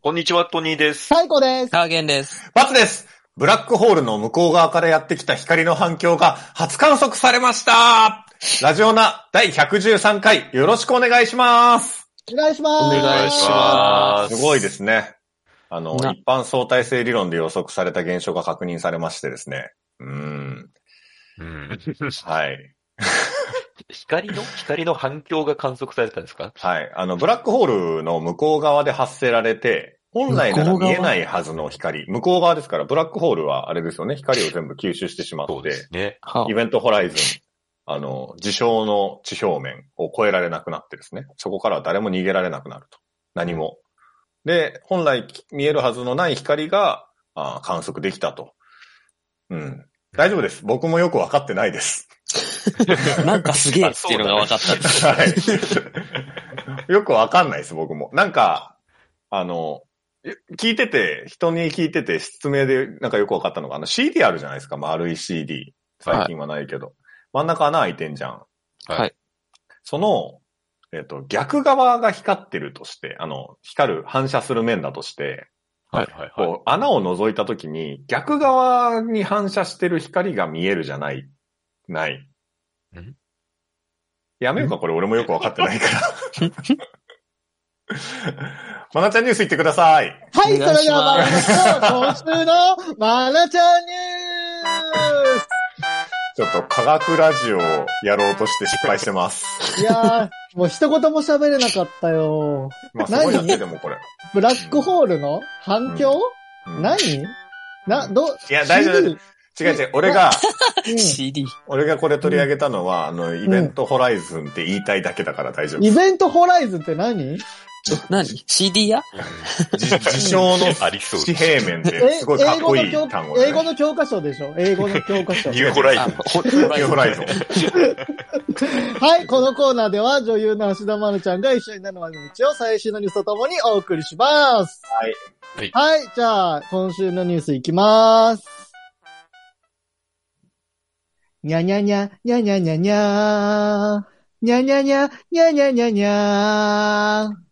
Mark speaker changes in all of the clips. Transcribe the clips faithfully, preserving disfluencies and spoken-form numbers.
Speaker 1: こんにちは、トニーです。
Speaker 2: 最高です。
Speaker 3: カーゲンです。
Speaker 4: バツです。ブラックホールの向こう側からやってきた光の反響が初観測されました。ラジオナ第ひゃくじゅうさんかいよろしくお願いします。
Speaker 2: お願いします。
Speaker 3: お願いします。
Speaker 4: すごいですね。あの、一般相対性理論で予測された現象が確認されましてですね。うーん。
Speaker 1: うん、
Speaker 4: はい。
Speaker 1: 光の光の反響が観測されたんですか？
Speaker 4: はい。あの、ブラックホールの向こう側で発せられて、本来なら見えないはずの光、向こう側ですから、ブラックホールはあれですよね、光を全部吸収してしまって、そうですね、イベントホライズン、あの、事象の地表面を越えられなくなってですね、そこからは誰も逃げられなくなると。何も。で、本来見えるはずのない光があ観測できたと。うん。大丈夫です。僕もよくわかってないです。
Speaker 3: なんかすげえっていうのが分かったんです。
Speaker 4: はい。よくわかんないです、僕も。なんか、あの、聞いてて、人に聞いてて、説明でなんかよくわかったのが、あの シーディー あるじゃないですか、丸い シーディー。最近はないけど。はい、真ん中穴開いてんじゃん。
Speaker 3: はい。
Speaker 4: その、えっと、逆側が光ってるとして、あの、光る、反射する面だとして、
Speaker 1: はいはいはい。
Speaker 4: こう穴を覗いたときに、逆側に反射してる光が見えるじゃない。ない。
Speaker 1: ん
Speaker 4: やめようか、これ俺もよくわかってないから。まなちゃんニュース言ってください。
Speaker 2: はい、それでは参りましょう。今週のまなちゃんニュース。
Speaker 4: ちょっと科学ラジオをやろうとして失敗してます。
Speaker 2: いやー、もう一言も喋れなかったよ。
Speaker 4: まあ、すごいやってでもこれ。
Speaker 2: ブラックホールの反響、うんうん、何な、ど、
Speaker 4: いや、大丈夫。違う違う。俺が、
Speaker 3: うん、シーディー。
Speaker 4: 俺がこれ取り上げたのは、あの、イベントホライズンって言いたいだけだから大丈夫。
Speaker 2: イベントホライズンって何
Speaker 3: 何 シーディー や
Speaker 4: 事象の地平面ってすごいかっこいい単語、ね、
Speaker 2: 英語の教科書でしょ英語の教科書。
Speaker 1: ニューホライズン。
Speaker 4: ニューホライズン。
Speaker 2: はい、このコーナーでは女優の芦田愛菜ちゃんが一緒になるまでの道を最新のニュースとともにお送りします。
Speaker 4: はい。
Speaker 2: はい、はい、じゃあ、今週のニュースいきまーす。にゃにゃにゃ、にゃにゃにゃにゃー。にゃにゃにゃ、にゃにゃにゃにゃー。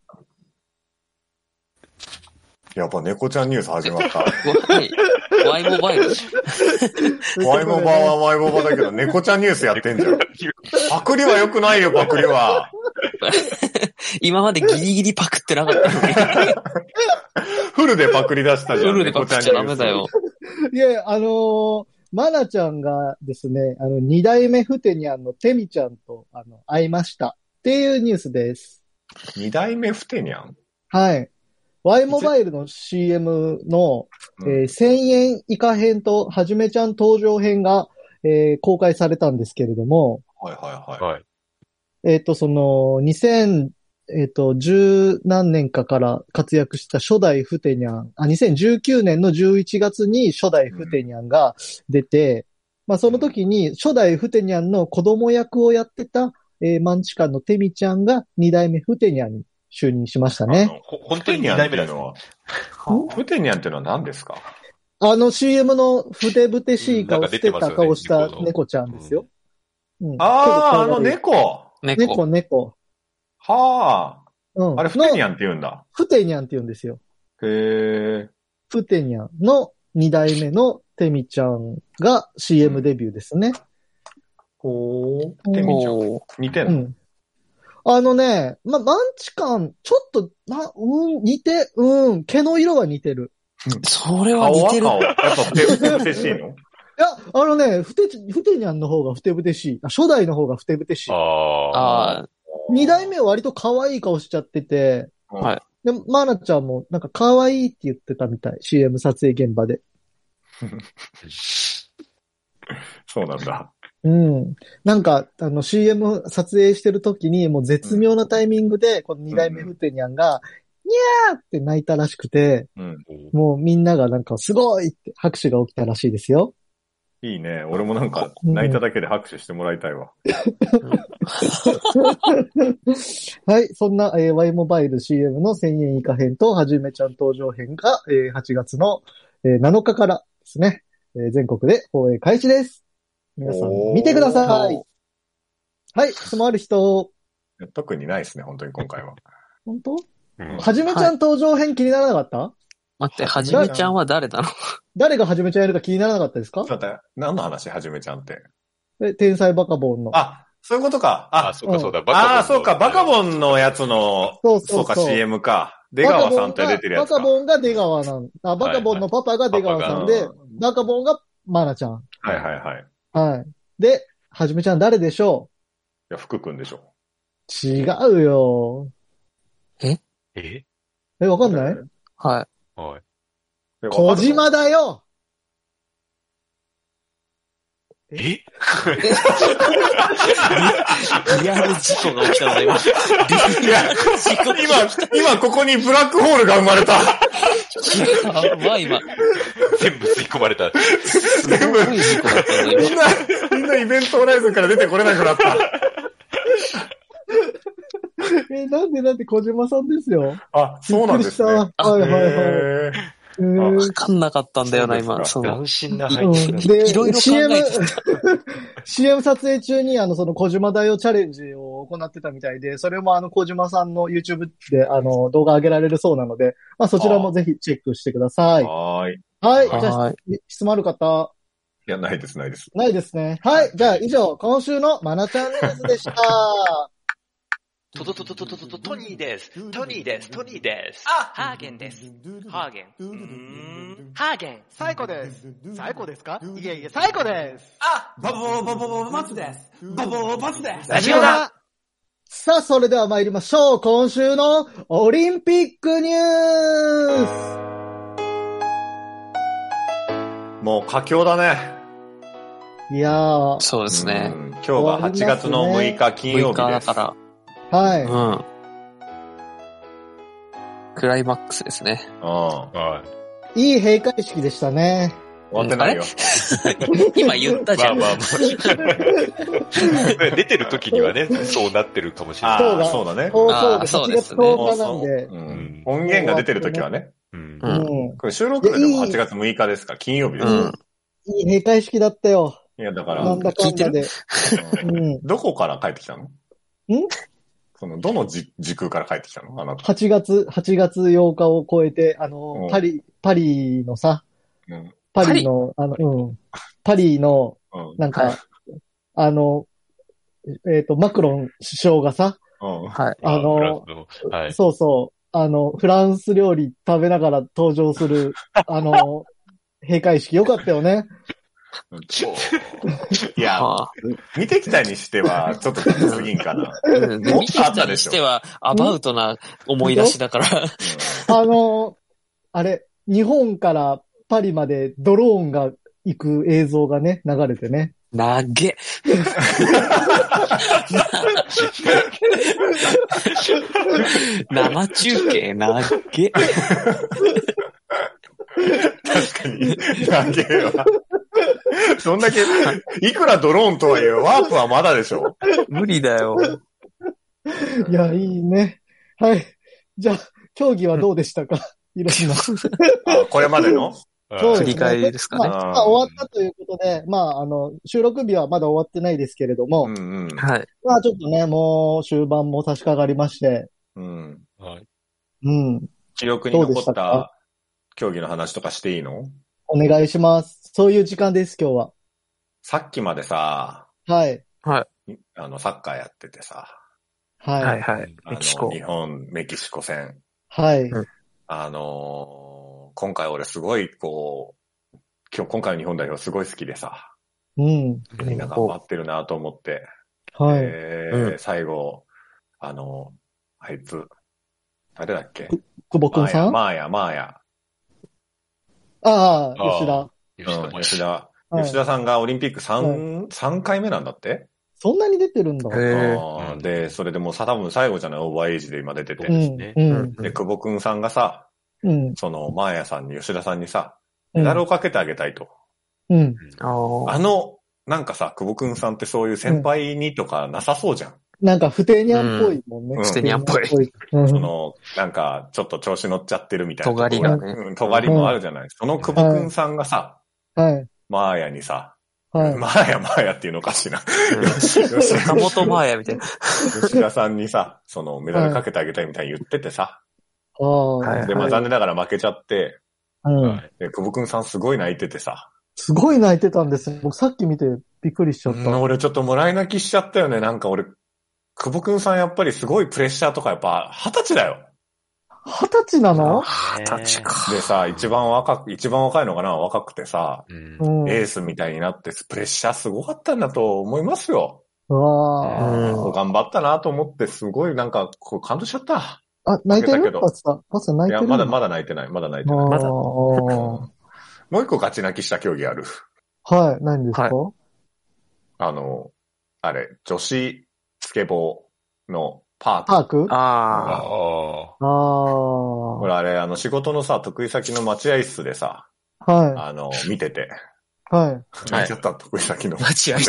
Speaker 4: やっぱ猫ちゃんニュース始まった。
Speaker 3: はい。ワイモバイル。
Speaker 4: ワイモバはワイモバだけど、猫ちゃんニュースやってんじゃん。パクリは良くないよ、パクリは。
Speaker 3: 今までギリギリパクってなかったのに。
Speaker 4: フルでパクリ出したじゃん。
Speaker 3: フルでパクっちゃダメだよ。
Speaker 2: いや、あのー、マナちゃんがですね、あの、二代目フテニャンのテミちゃんと、あの、会いました。っていうニュースです。
Speaker 4: 二代目フテニャン？
Speaker 2: はい。Y モバイルの シーエム の、うんえー、せんえん以下編とはじめちゃん登場編が、えー、公開されたんですけれども。
Speaker 4: はいはいはい。
Speaker 2: えっ、ー、と、その、にせん、えっ、ー、と、十何年かから活躍した初代フテニャン、あ、にせんじゅうきゅうねんのじゅういちがつに初代フテニャンが出て、うん、まあその時に初代フテニャンの子供役をやってた、えー、マンチカンのテミちゃんが二代目フテニャンに就任しましたね。
Speaker 4: 本当に二代目だのは。フテニャンっていうのは何ですか？
Speaker 2: あの シーエム のふてぶてしい顔してた顔した猫ちゃんですよ。
Speaker 4: うんうん、ああ、あの猫。
Speaker 2: 猫。猫、猫。
Speaker 4: はあ。うん。あれフテニャンって言うんだ。
Speaker 2: フテニャンって言うんですよ。
Speaker 4: へえ。
Speaker 2: フテニャンの二代目のテミちゃんが シーエム デビューですね。
Speaker 4: ほー。テミちゃん。似てんの？うん
Speaker 2: あのね、ま、マンチカン、ちょっと、な、うん、似て、うん、毛の色は似てる。
Speaker 3: それは似てる。
Speaker 4: 顔は顔やっぱふてぶてしいの？い
Speaker 2: や、あのね、ふて、ふてにゃんの方がふてぶてしい。初代の方がふてぶてしい。
Speaker 3: ああ。
Speaker 2: 二代目は割と可愛い顔しちゃってて。
Speaker 3: はい。
Speaker 2: で、マナちゃんもなんか可愛いって言ってたみたい。シーエム 撮影現場で。
Speaker 4: そうなんだ。
Speaker 2: うん。なんか、あの シーエム 撮影してる時にもう絶妙なタイミングで、この二代目フテニャンが、にゃーって泣いたらしくて、うん、もうみんながなんかすごいって拍手が起きたらしいですよ。
Speaker 4: いいね。俺もなんか泣いただけで拍手してもらいたいわ。
Speaker 2: はい。そんな、えー、Y モバイル シーエム のせんえん以下編とはじめちゃん登場編が、えー、はちがつの、えー、なのかからですね、えー、全国で放映開始です。皆さん見てください。はい。質問ある人。
Speaker 4: 特にないですね、本当に今回は。
Speaker 2: 本当？ はじめちゃん登場編気にならなかった、はい、
Speaker 3: 待って、はじめちゃんは誰だの？
Speaker 2: 誰がはじめちゃんやるか気にならなかったですか？
Speaker 4: ちょっと待って、何の話はじめちゃんって。
Speaker 2: え、天才バカボンの。
Speaker 4: あ、そういうことか。あ、
Speaker 1: あそうかそうだ、
Speaker 4: バカボン。あ、そうか、バカボンのやつの、そうそうそう。そうか、シーエム か。出川さんって出てるやつか。
Speaker 2: バカボンが出川なん。あ、バカボンのパパが出川さんで、はいはい、バカボンがマナちゃん。
Speaker 4: はいはいはい。
Speaker 2: はい。で、はじめちゃん誰でしょ
Speaker 4: う？いや、福くんでしょ。
Speaker 2: 違うよ。
Speaker 3: え
Speaker 1: え
Speaker 2: え、わかんない？
Speaker 3: はい。
Speaker 1: はい。
Speaker 2: 小島だよ。
Speaker 1: え
Speaker 3: リアル事故が起きたんだ、今。リアル事故。
Speaker 4: 今、今ここにブラックホールが生まれた。
Speaker 3: やばい、今。
Speaker 1: 全部吸い込まれた。
Speaker 3: 全部。みん
Speaker 4: な、みんなイベントホライズンから出てこれなくなった。
Speaker 2: え、なんでなんで小島さんですよ。
Speaker 4: あ、そうなんですね。
Speaker 2: はいはいはい。
Speaker 3: わかんなかったんだよな、今。
Speaker 1: その斬新な配
Speaker 2: 置、うん、で、いろいろ考えてた。シーエム 撮影中にあの、その小島大王チャレンジを行ってたみたいで、それもあの、小島さんの YouTube であの、動画上げられるそうなので、まあそちらもぜひチェックしてください。
Speaker 4: はい。
Speaker 2: はい。じゃあ、質問ある方。
Speaker 4: いや、ないです、ないです。
Speaker 2: ないですね。はい。じゃあ、以上、今週のマナちゃんニュースでした。
Speaker 1: トトトトトトトトトニーです。トニーです。トニーです。
Speaker 5: あ、ハーゲンです。ハーゲン。うーん。ハーゲン。
Speaker 6: サイコです。サイコですか？いえいえ、サイコです。
Speaker 5: あ、バボーバボーバボバツです。バボーバツです。
Speaker 1: ラジオだ。
Speaker 2: さあ、それでは参りましょう。今週のオリンピックニュー
Speaker 4: ス。もう佳境だね。
Speaker 2: いやー。
Speaker 3: そうですね。
Speaker 4: 今日がはちがつのむいか金曜日です。むいかだから。
Speaker 2: はい。
Speaker 3: うん。クライマックスですね。
Speaker 4: うん。は
Speaker 2: い。いい閉会式でしたね。
Speaker 4: 終わってないよ。
Speaker 3: 今言ったじゃん。
Speaker 1: まあまあまあ。出てる時にはね、そうなってるかもしれない。
Speaker 4: そうだ、そうだね。
Speaker 2: そうですね。はちがつとおかなんで。
Speaker 4: うん、音源が出てる時はね。
Speaker 1: うん。
Speaker 4: これ収録でもはちがつむいかですから、金曜日です。うん。
Speaker 2: いい閉会式だったよ。
Speaker 4: いや、だから。
Speaker 2: なんだかんだで。
Speaker 4: どこから帰ってきたの？
Speaker 2: ん
Speaker 4: その、どの時空から帰ってきたの？あなた。
Speaker 2: はちがつ、はちがつようかを超えて、あの、うん、パリ、パリのさ、
Speaker 4: うん、
Speaker 2: パリの、あの、うん、パリの、うん、なんか、あの、えっと、マクロン首相がさ、
Speaker 4: うん、
Speaker 2: はい、あの、
Speaker 1: はい、
Speaker 2: そうそう、あの、フランス料理食べながら登場する、あの、閉会式よかったよね。
Speaker 4: いや、見てきたにしては、ちょっとすぎんかな。
Speaker 3: うん、見てきたにしては、アバウトな思い出しだから。
Speaker 2: あの、あれ、日本からパリまでドローンが行く映像がね、流れてね。
Speaker 3: なげ。生中継なげ。
Speaker 4: 確かに、なげわ。そんだけ、いくらドローンとはいえ、ワープはまだでしょ。
Speaker 3: 無理だよ。
Speaker 2: いや、いいね。はい。じゃあ、競技はどうでしたか？いろんな。
Speaker 4: あ、これまでの
Speaker 2: そうですね。
Speaker 3: 振り返りですかね。
Speaker 2: まあ、まあ、終わったということで、まあ、あの、収録日はまだ終わってないですけれども、
Speaker 4: うんうん、
Speaker 3: はい。
Speaker 2: まあ、ちょっとね、もう終盤も差し掛かりまして、
Speaker 4: うん。はい。
Speaker 2: うん。
Speaker 4: 記憶に残った競技の話とかしていいの？
Speaker 2: お願いします。そういう時間です、今日は。
Speaker 4: さっきまでさ、
Speaker 2: はい。
Speaker 3: はい。
Speaker 4: あの、サッカーやっててさ、
Speaker 2: はい。
Speaker 3: はいはい。メキシコ。
Speaker 4: 日本、メキシコ戦。
Speaker 2: はい。
Speaker 4: あのー、今回俺すごい、こう、今日、今回の日本代表すごい好きでさ、
Speaker 2: うん。
Speaker 4: みんな頑張ってるなと思って、
Speaker 2: はい。
Speaker 4: えーうん、最後、あの、あいつ、誰だっけ？
Speaker 2: 久保くんさん？
Speaker 4: マーヤ、マーヤ。
Speaker 2: ああ、吉田。
Speaker 4: うん、吉田。吉田さんがオリンピックさん、はい、さんかいめなんだって？
Speaker 2: そんなに出てるんだ。
Speaker 4: へで、それでもうさ、多分最後じゃない、オーバーエイジで今出てて。
Speaker 2: うんうん、
Speaker 4: で、久保くんさんがさ、
Speaker 2: うん、
Speaker 4: その、マーヤさんに、吉田さんにさ、メダルをかけてあげたいと。
Speaker 2: うん。
Speaker 4: あの、なんかさ、久保くんさんってそういう先輩にとかなさそうじゃん。
Speaker 2: なんか、ふてにゃんっぽいもんね。
Speaker 3: ふてにゃんっぽい。
Speaker 4: その、なんか、ちょっと調子乗っちゃってるみたいな。
Speaker 3: 尖りがね。
Speaker 4: うん、尖りもあるじゃない。その久保くんさんがさ、
Speaker 2: はい。
Speaker 4: マーヤにさ、
Speaker 2: はい、
Speaker 4: マーヤ、マーヤっていうのおかしいな。
Speaker 3: 坂本マーヤみたいな。
Speaker 4: 吉田さんにさ、そのメダルかけてあげたいみたいに言っててさ、
Speaker 2: ああ。
Speaker 4: で、まあ残念ながら負けちゃって、
Speaker 2: うん。
Speaker 4: で、久保くんさんすごい泣いててさ。
Speaker 2: すごい泣いてたんですよ。僕さっき見てびっくりしちゃった。
Speaker 4: うん、俺ちょっともらい泣きしちゃったよね。なんか俺、久保くんさんやっぱりすごいプレッシャーとかやっぱ二十歳だよ。
Speaker 2: 二十歳なの？
Speaker 3: 二十歳か。
Speaker 4: でさ、一番若く、一番若いのかな若くてさ、うん、エースみたいになってプレッシャーすごかったんだと思いますよ。
Speaker 2: うわ
Speaker 4: ー。頑張ったなと思ってすごいなんか、こう感動しちゃった。
Speaker 2: あ、泣いてる？パスさん。パスさん泣いてる？
Speaker 4: いや、まだまだ泣いてない。まだ泣いてない。まだ。もう一個勝ち泣きした競技ある。
Speaker 2: はい、何ですか？はい、
Speaker 4: あの、あれ、女子スケボーのパーク。
Speaker 2: パーク？
Speaker 3: ああ。
Speaker 2: ああ。
Speaker 4: ほら、あれ、あの、仕事のさ、得意先の待合室でさ、
Speaker 2: はい。
Speaker 4: あの、見てて。
Speaker 2: はい。
Speaker 4: 泣いちゃった、得意先の。
Speaker 3: 待合室。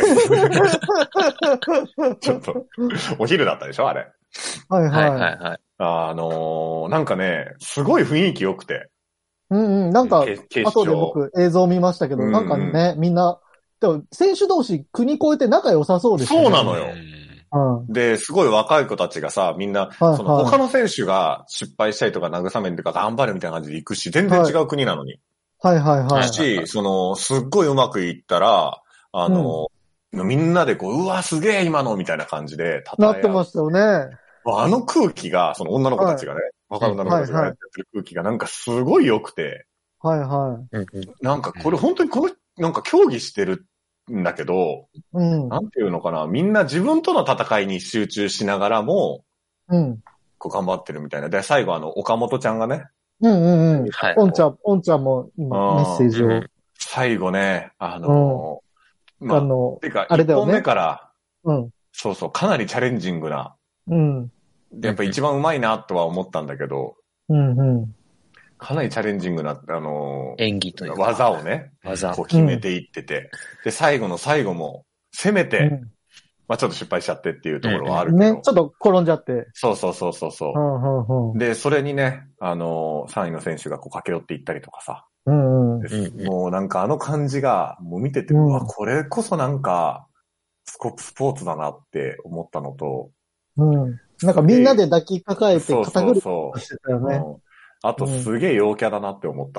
Speaker 4: ちょっと、お昼だったでしょあれ。
Speaker 2: はいはい。
Speaker 3: はいはいはい。
Speaker 4: あのー、なんかね、すごい雰囲気良くて。
Speaker 2: うんうん。なんか、後で僕映像見ましたけど、うんうん、なんかね、みんな、でも選手同士国越えて仲良さそうですね。
Speaker 4: そうなのよ。うん、で、すごい若い子たちがさ、みんな、はいはい、その他の選手が失敗したりとか慰めるとか頑張るみたいな感じで行くし、全然違う国なのに。
Speaker 2: はいはいはい、はい。
Speaker 4: し、その、すっごいうまくいったら、あの、うん、みんなでこう、うわ、すげえ今のみたいな感じで
Speaker 2: なってましたよね。
Speaker 4: あの空気が、その女の子たちがね、はい、若い女の子たちがやってる空気がなんかすごい良くて。
Speaker 2: はいはい。
Speaker 4: なんかこれ本当にこの、なんか競技してるんだけど、うん、なんていうのかな、みんな自分との戦いに集中しながらも、
Speaker 2: うん、
Speaker 4: こう頑張ってるみたいな。で、最後あの、岡本ちゃんがね、
Speaker 2: うんうんうん。はい。おんちゃん、おんちゃんも今メッセージを。うん、
Speaker 4: 最後ね、あのー、うん、まあ、あの、てか、あれだよね。いっぽんめから、うん。そうそう、かなりチャレンジングな。
Speaker 2: うん。
Speaker 4: で、やっぱ一番うまいなとは思ったんだけど、
Speaker 2: うんうん。
Speaker 4: かなりチャレンジングな、あの
Speaker 3: ー、演技というか。
Speaker 4: 技をね、技を決めていってて、うん、で、最後の最後も、せめて、うん、まあちょっと失敗しちゃってっていうところはあるけど。
Speaker 2: ね、ちょっと転んじゃって。
Speaker 4: そうそうそうそうそう、
Speaker 2: うんうんうん。
Speaker 4: で、それにね、あのー、さんいの選手がこう駆け寄っていったりとかさ。
Speaker 2: うんうん
Speaker 4: うん、もうなんかあの感じが、もう見てて、うん、うわ、これこそなんか、スコスポーツだなって思ったのと。
Speaker 2: うん。なんかみんなで抱きかかえて肩車してたよね。
Speaker 4: そうそうそう、うん、あとすげえ陽キャだなって思った。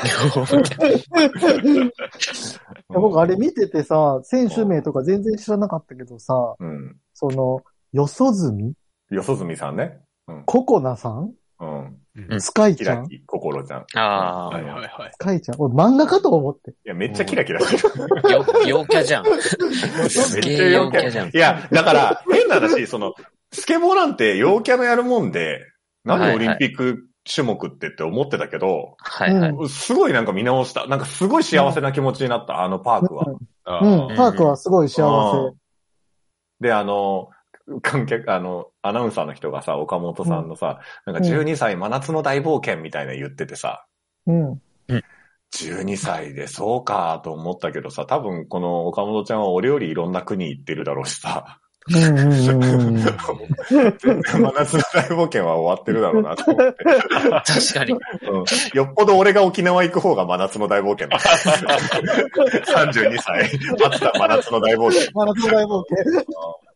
Speaker 2: 僕あれ見ててさ、選手名とか全然知らなかったけどさ、
Speaker 4: うん、
Speaker 2: その、よそずみ
Speaker 4: よそずみさんね。
Speaker 2: うん、ココナさん
Speaker 4: うん。
Speaker 2: スカイちゃん
Speaker 4: キラキ、ココロちゃん。
Speaker 3: ああ、
Speaker 4: はいはいはい。
Speaker 2: スカイちゃん。俺漫画かと思って。
Speaker 4: いや、めっちゃキラキラしてる。
Speaker 3: よ、陽キャじゃん。めっちゃ陽キャじゃん。
Speaker 4: いや、だから、変な話、その、スケボーなんて陽キャのやるもんで、何オリンピック種目ってって思ってたけど、
Speaker 3: はいはい。
Speaker 4: すごいなんか見直した。なんかすごい幸せな気持ちになった、あのパークは。
Speaker 2: うん、うん、パークはすごい幸せ。
Speaker 4: で、あの、観客、あの、アナウンサーの人がさ、岡本さんのさ、うん、なんかじゅうにさい真夏の大冒険みたいな言っててさ、
Speaker 2: うん。
Speaker 4: じゅうにさいでそうかと思ったけどさ、多分この岡本ちゃんは俺よりいろんな国行ってるだろうしさ、
Speaker 2: うんうんうん、
Speaker 4: 真夏の大冒険は終わってるだろうなと思って。
Speaker 3: 確かに、
Speaker 4: うん。よっぽど俺が沖縄行く方が真夏の大冒険だ。さんじゅうにさい、待った真夏の大冒険。
Speaker 2: 真夏の大冒険。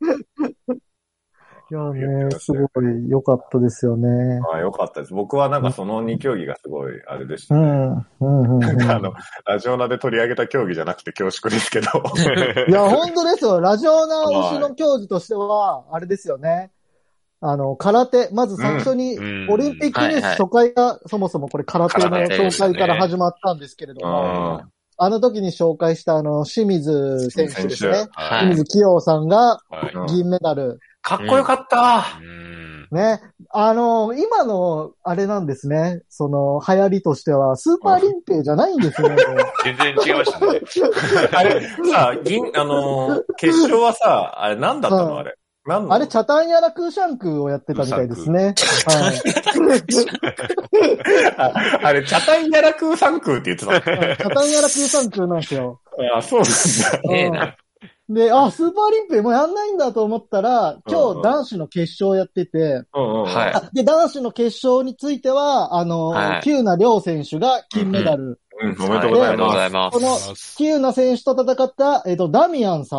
Speaker 2: いやね、すごい良かったですよね。
Speaker 4: ああ、良かったです。僕はなんかそのに競技がすごいあれでしたね。
Speaker 2: うんうんうんうん、
Speaker 4: なんかあの、ラジオナで取り上げた競技じゃなくて恐縮ですけど。
Speaker 2: いや、本当ですよ。ラジオナ推しの競技としては、あれですよね。あの、空手、まず最初に、オリンピックニュース初回が、そもそもこれ空手の紹介から始まったんですけれども、あの時に紹介したあの、清水選手ですね。
Speaker 3: はい、
Speaker 2: 清水希容さんが銀メダル。はい、
Speaker 4: かっこよかった、
Speaker 3: うん、
Speaker 2: ね。あの、今の、あれなんですね。その、流行りとしては、スーパーリンペイじゃないんですね。
Speaker 1: 全然違いましたね。
Speaker 4: あれ、さ、銀、あの、決勝はさ、あれ何だったの、うん、あれ。何
Speaker 2: あれ、チャタンヤラクーシャンクーをやってたみたいですね。はい、
Speaker 4: あ, あれ、チャタンヤラクーサンクーって言ってた。
Speaker 2: チャタンヤラクーサンクーなんですよ。
Speaker 4: あ、そうなんだ。
Speaker 3: ええな。
Speaker 2: で、あ、スーパーリンペイもうやんないんだと思ったら、今日男子の決勝やってて、
Speaker 4: うんうん、
Speaker 3: はい。
Speaker 2: で、男子の決勝については、あの、はい、キューナ両選手が金メダル。
Speaker 4: うん、うん、おめでとうございます。
Speaker 3: ます。
Speaker 2: この、キューナ選手と戦った、えっと、ダミアンさん。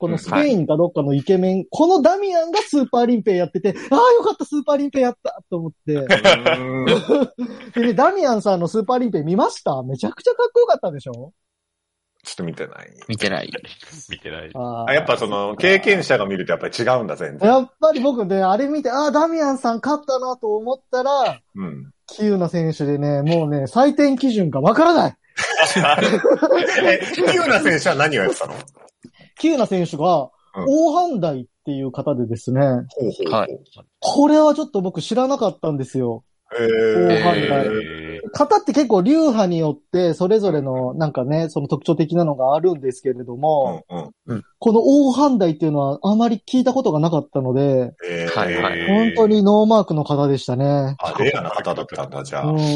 Speaker 2: このスペインかどっかのイケメン、はい、このダミアンがスーパーリンペイやってて、ああよかったスーパーリンペイやったと思って。でね、ダミアンさんのスーパーリンペイ見ました？めちゃくちゃかっこよかったでしょ？
Speaker 4: ちょっと見てない。
Speaker 3: 見てない。
Speaker 1: 見てない。
Speaker 4: あやっぱその、経験者が見るとやっぱり違うんだ、全然。
Speaker 2: やっぱり僕ね、あれ見て、ああ、ダミアンさん勝ったなと思ったら、うん。キューナ選手でね、もうね、採点基準がわからない。
Speaker 4: え、キューナ選手は何をやってたの？
Speaker 2: キューナ選手が、大阪大っていう方でですね、うん、
Speaker 3: はい。
Speaker 2: これはちょっと僕知らなかったんですよ。
Speaker 4: へー。
Speaker 2: 大阪大。型って結構流派によってそれぞれのなんかね、その特徴的なのがあるんですけれども、
Speaker 4: うんうん、
Speaker 2: この大阪大っていうのはあまり聞いたことがなかったので、
Speaker 4: えー、はいはい、
Speaker 2: 本当にノーマークの方でしたね。
Speaker 4: あ、レアな方だったんだ、じゃあ。
Speaker 2: うん。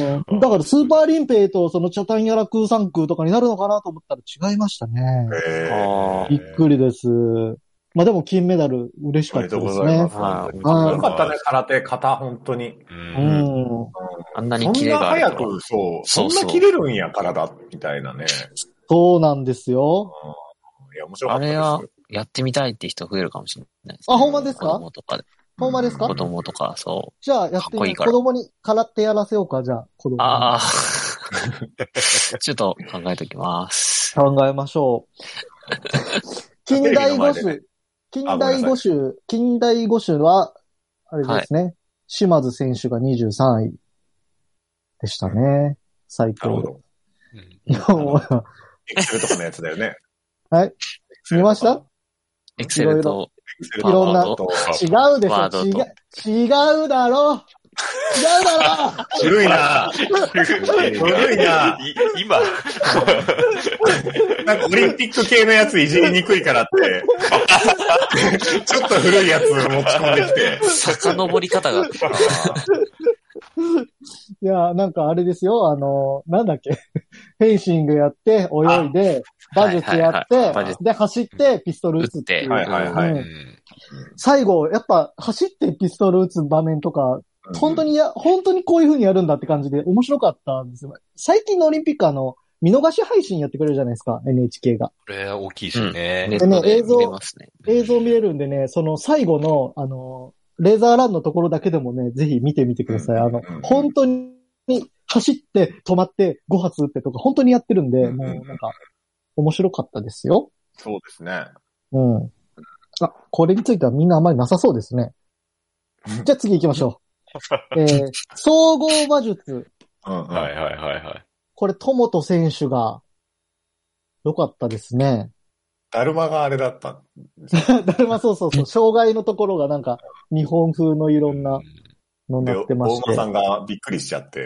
Speaker 2: だからスーパーリンペイとそのチャタンヤラ空三空とかになるのかなと思ったら違いましたね。
Speaker 4: え
Speaker 2: ー、びっくりです。まあでも金メダル嬉しかったですね。
Speaker 4: ありがとうございます。かっこよかったね、空手、型、本当に。
Speaker 2: うん。
Speaker 3: あんなにキレがある。
Speaker 4: そんな早く、そう、そんな切れるんや、体、みたいなね。
Speaker 2: そうなんですよ。
Speaker 4: いや、面白かったです。
Speaker 3: あれは、やってみたいって人増えるかもしれないです、
Speaker 2: ね。あ、ほんまですか？
Speaker 3: 子供とかで。
Speaker 2: ほんまですか？
Speaker 3: 子供とか、そう。
Speaker 2: じゃあ、やってみよう。子供に空手やらせようか、じゃあ、子供に。
Speaker 3: ああ。ちょっと考えときます。
Speaker 2: 考えましょう。近代五種。近代五種、近代五種は、あれですね。はい、島津選手がにじゅうさんいでしたね。最高。
Speaker 4: エクセルとかのやつだよね。
Speaker 2: はい。見ました？
Speaker 3: エクセルと、
Speaker 2: いろんな、違うでしょ。違う、違うだろ。違うだろ。
Speaker 4: 古いな。古いな。
Speaker 1: 今。
Speaker 4: なんかオリンピック系のやついじりにくいからって、ちょっと古いやつ持ち込んできて。
Speaker 3: 遡り方が。
Speaker 2: いや、なんかあれですよ、あの、なんだっけ。フェンシングやって、泳いで、馬術やって、はいはいはい、で、走って、ピストル撃つっていう。
Speaker 4: はいはいはいうん、
Speaker 2: 最後、やっぱ、走ってピストル撃つ場面とか、本当にや、本当にこういう風にやるんだって感じで面白かったんですよ。最近のオリンピックあの、見逃し配信やってくれるじゃないですか、エヌエイチケー が。
Speaker 1: これ大きいですよね。
Speaker 3: うん、
Speaker 2: でね、映像、
Speaker 3: ね、
Speaker 2: 映像見れるんでね、その最後の、あの、レーザーランのところだけでもね、ぜひ見てみてください。あの、本当に走って止まってご発撃ってとか、本当にやってるんで、もうなんか、面白かったですよ。
Speaker 4: そうですね。
Speaker 2: うん。あ、これについてはみんなあんまりなさそうですね。じゃあ次行きましょう。えー、総合馬術。
Speaker 4: うん、
Speaker 1: はいはいはいはい。
Speaker 2: これ、戸本選手が、良かったですね。
Speaker 4: だるまがあれだったん
Speaker 2: ですだるまそうそうそう。障害のところがなんか、日本風のいろんなのになってまして。
Speaker 4: 大間さんがびっくりしちゃって。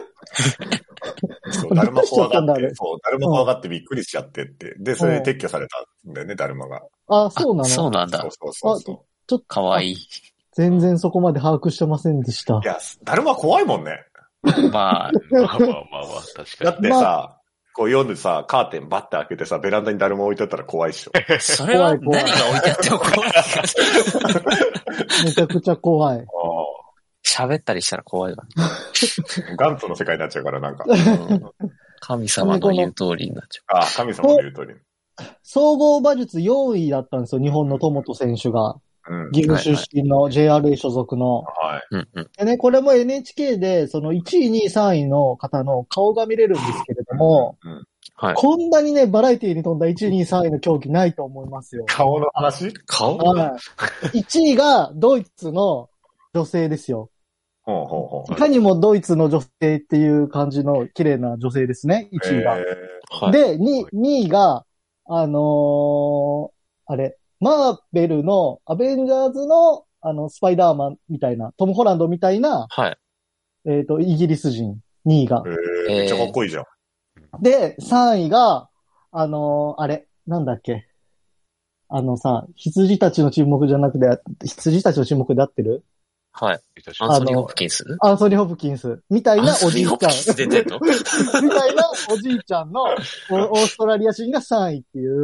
Speaker 4: そう、だるま怖がって、そう、だるま怖がってびっくりしちゃってって。で、それで撤去されたんだよね、だるまが。
Speaker 2: あ、そうなの？
Speaker 3: そうなんだ。
Speaker 4: そうそうそうそう。
Speaker 2: ちょっと、
Speaker 3: かわいい。
Speaker 2: 全然そこまで把握してませんでした。
Speaker 4: いや、だるま怖いもんね。
Speaker 3: まあ、
Speaker 1: まあまあまあまあ、確かに。
Speaker 4: だってさ、まあ、こう夜さ、カーテンバッて開けてさ、ベランダにだるま置いてあったら怖いっしょ。
Speaker 3: それは何が置いてあっても怖い。
Speaker 2: めちゃくちゃ怖い。
Speaker 3: 喋ったりしたら怖いわ。
Speaker 4: ガンツの世界になっちゃうからなんか。
Speaker 3: 神様の言う通りになっちゃう。
Speaker 4: ああ、神様の言う通り。
Speaker 2: 総合馬術よんいだったんですよ、日本の戸本選手が。
Speaker 4: うん、
Speaker 2: 岐阜出身の ジェイアールエー 所属の。
Speaker 4: はい。
Speaker 2: でね、これも エヌエイチケー で、そのいちい、にい、さんいの方の顔が見れるんですけれども、
Speaker 4: うんうん
Speaker 3: はい、
Speaker 2: こんなにね、バラエティに富んだいちい、にい、さんいの競技ないと思いますよ。
Speaker 4: 顔の話？
Speaker 3: 顔？
Speaker 2: はい。いちいがドイツの女性ですよ。
Speaker 4: ほうほうほう。
Speaker 2: いかにもドイツの女性っていう感じの綺麗な女性ですね、いちいが。
Speaker 3: はい、
Speaker 2: で、にいが、あのー、あれ、マーベルのアベンジャーズのあのスパイダーマンみたいな、トム・ホランドみたいな、
Speaker 3: はい、
Speaker 2: えっと、イギリス人、にいが。
Speaker 4: えー、めっちゃかっこいいじゃん。
Speaker 2: で、さんいが、あのー、あれ、なんだっけ。あのさ、羊たちの沈黙じゃなくて、羊たちの沈黙で合ってる？
Speaker 3: はい。アンソニー・ホプキンス
Speaker 2: アンソニー・ホプキンス。みたいなおじいちゃん。みたいなおじいちゃんのオーストラリア人がさんいっていう。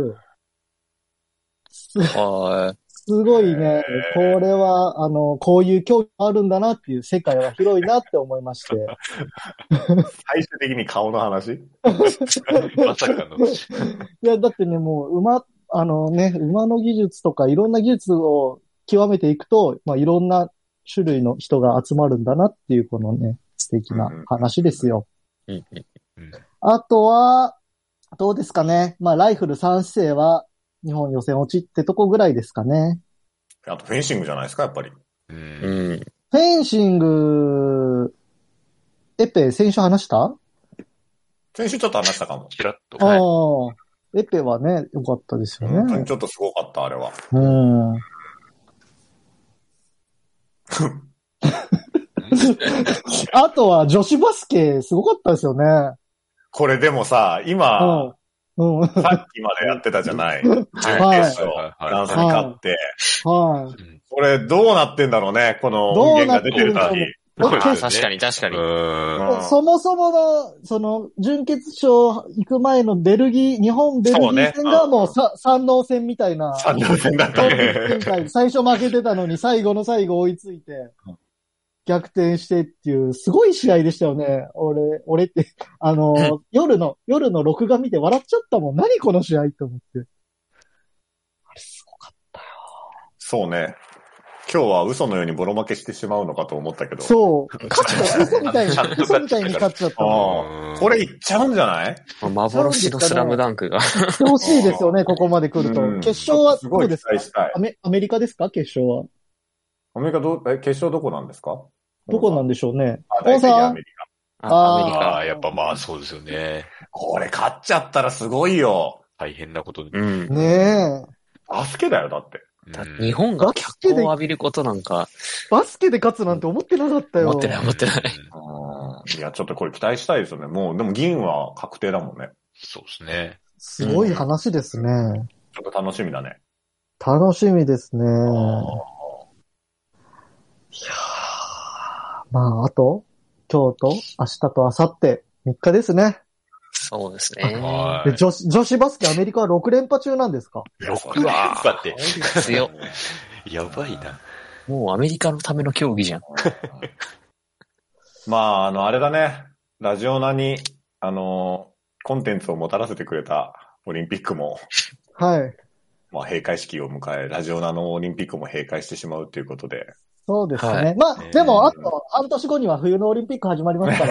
Speaker 3: はい。
Speaker 2: すごいね、これは、あの、こういう競技があるんだなっていう世界は広いなって思いまして。
Speaker 4: 最終的に顔の話
Speaker 1: まさかの。
Speaker 2: いや、だってね、もう、馬、 あのね、馬の技術とかいろんな技術を極めていくと、まあいろんな種類の人が集まるんだなっていうこのね、素敵な話ですよ。
Speaker 3: うんうんうん、
Speaker 2: あとは、どうですかね。まあライフルさん世は日本予選落ちってとこぐらいですかね。
Speaker 4: あとフェンシングじゃないですか、やっぱり。
Speaker 3: うん、
Speaker 2: フェンシング、エペ、先週話した？
Speaker 4: 先週ちょっと話したかも。
Speaker 1: ちらっと。
Speaker 2: ああ、はい、エペはね、良かったですよね。
Speaker 4: 本当にちょっとすごかった、あれは。
Speaker 2: うん。あとは女子バスケすごかったですよね。
Speaker 4: これでもさ、今、
Speaker 2: うんうん、
Speaker 4: さっきまでやってたじゃない。準決勝、フランスに勝って。
Speaker 2: はい。
Speaker 4: これどうなってんだろうね、この音源が出てる時。
Speaker 3: 確かに確かに。
Speaker 2: そもそもの、その、準決勝行く前のベルギー、日本ベルギー戦がもうさ、三能戦みたいな。
Speaker 4: 三能戦だったね。
Speaker 2: 最初負けてたのに最後の最後追いついて、逆転してっていう、すごい試合でしたよね。俺、俺って、あの、夜の、夜の録画見て笑っちゃったもん。何この試合って思って。あれすごかったよ。
Speaker 4: そうね。今日は嘘のようにボロ負けしてしまうのかと思ったけど。
Speaker 2: そう。勝っちゃう。嘘みたいに、嘘みたいに勝っちゃった。
Speaker 4: これいっちゃうんじゃない？
Speaker 3: 幻のスラムダンクが。
Speaker 2: してほしいですよね、ここまで来ると。決勝はどうですか？アメ、アメリカですか？決勝は。
Speaker 4: アメリカど、え、決勝どこなんですか？
Speaker 2: どこなんでしょうね。
Speaker 4: あ、大体アメリ
Speaker 3: カ。あ、アメリカ。
Speaker 1: あ、やっぱまあそうですよね。
Speaker 4: これ勝っちゃったらすごいよ。
Speaker 1: 大変なことで。
Speaker 3: うん。
Speaker 2: ねえ。
Speaker 4: バスケだよ、だって。
Speaker 3: だって日本が脚光を浴びることなんか。
Speaker 2: バスケで勝つなんて思ってなかったよ。
Speaker 3: 思ってない思ってない。
Speaker 4: いや、ちょっとこれ期待したいですよね。もう、でも銀は確定だもんね。
Speaker 1: そうですね。
Speaker 2: すごい話ですね。うん、
Speaker 4: ちょっと楽しみだね。
Speaker 2: 楽しみですね。いやー、まあ、あと、今日と明日と明後日、みっかですね。
Speaker 3: そうですね。
Speaker 2: で女子、女子バスケアメリカはろく連覇中なんですか？
Speaker 1: ろく 連覇って。
Speaker 3: 強
Speaker 1: やばいな。
Speaker 3: もうアメリカのための競技じゃん。
Speaker 4: まあ、あの、あれだね。ラジオナに、あの、コンテンツをもたらせてくれたオリンピックも。
Speaker 2: はい。
Speaker 4: まあ、閉会式を迎え、ラジオナのオリンピックも閉会してしまうということで。
Speaker 2: そうですね。はい、まあ、
Speaker 1: えー、
Speaker 2: でも、あと半年後には冬のオリンピック始まりますから。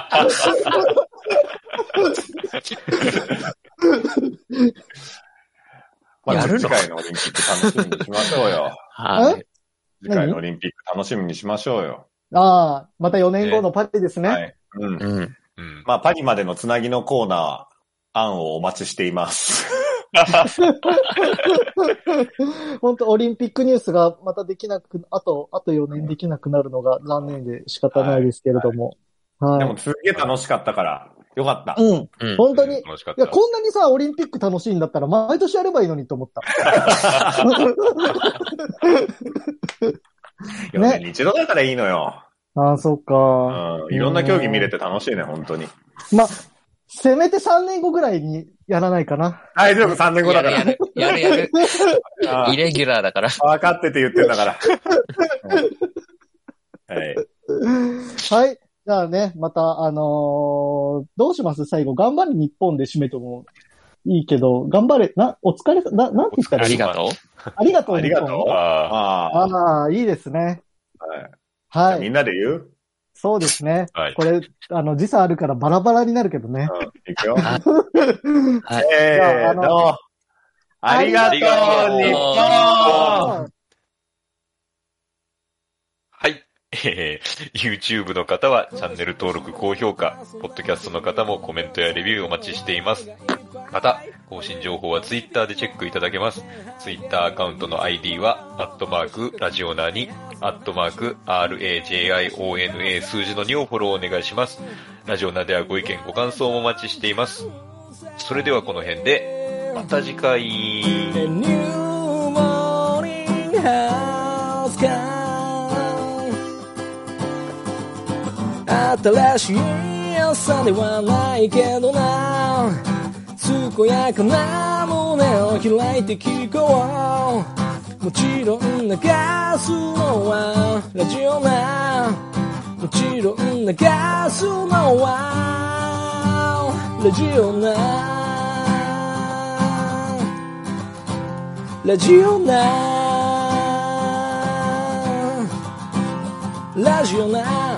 Speaker 4: まあ、次回のオリンピック楽しみにしましょうよ。
Speaker 3: はい。
Speaker 4: 次回のオリンピック楽しみにしましょうよ。
Speaker 2: ああ、またよねんごのパリですね。
Speaker 4: はい。うん。
Speaker 3: うん。
Speaker 1: うん、
Speaker 4: まあ、パリまでのつなぎのコーナー、案をお待ちしています。
Speaker 2: 本当オリンピックニュースがまたできなく、あと、あとよねんできなくなるのが残念で仕方ないですけれども。はいはい、
Speaker 4: でも、すげえ楽しかったから、よかった。
Speaker 2: うん。うん、本当に、うん、
Speaker 1: 楽しかった。
Speaker 2: いや、こんなにさ、オリンピック楽しいんだったら、毎年やればいいのにと思った。
Speaker 4: よねんに一度だからいいのよ。
Speaker 2: ああ、そっか、
Speaker 4: うん。いろんな競技見れて楽しいね、本当に。
Speaker 2: ま、せめてさんねんごぐらいにやらないかな。
Speaker 4: 大丈夫、さんねんごだから。
Speaker 3: やるやる。やるやる。イレギュラーだから。
Speaker 4: 分かってて言ってんだから。はい。
Speaker 2: はい。じゃあね、また、あのー、どうします最後、頑張れ日本で締めてもいいけど、頑張れ、な、お疲れ、な、なんて言ったらいい？
Speaker 3: ありがとう。
Speaker 2: ありがとう、
Speaker 4: ありがとう。
Speaker 2: ああ。ああ、いいですね。
Speaker 4: はい。はい。みんなで言う？
Speaker 2: そうですね。
Speaker 1: はい。
Speaker 2: これ、あの、時差あるからバラバラになるけどね。
Speaker 4: うん、いくよ。
Speaker 3: はい。
Speaker 4: せーの。ありがとう、日本！
Speaker 1: はい。えー、YouTube の方はチャンネル登録、高評価、ポッドキャストの方もコメントやレビューお待ちしています。また、更新情報は Twitter でチェックいただけます。Twitter アカウントの アイディー は、アットマーク、ラジオナに、アットマーク、アールエージェイアイオーエヌエー 数字のにをフォローお願いします。ラジオナではご意見、ご感想もお待ちしています。それではこの辺で、また次回。
Speaker 7: 新しい朝ではないけどな、健やかな胸を開いて聞こう。もちろん流すのはラジオな、もちろん流すのはラジオな。 ラジオなラジオな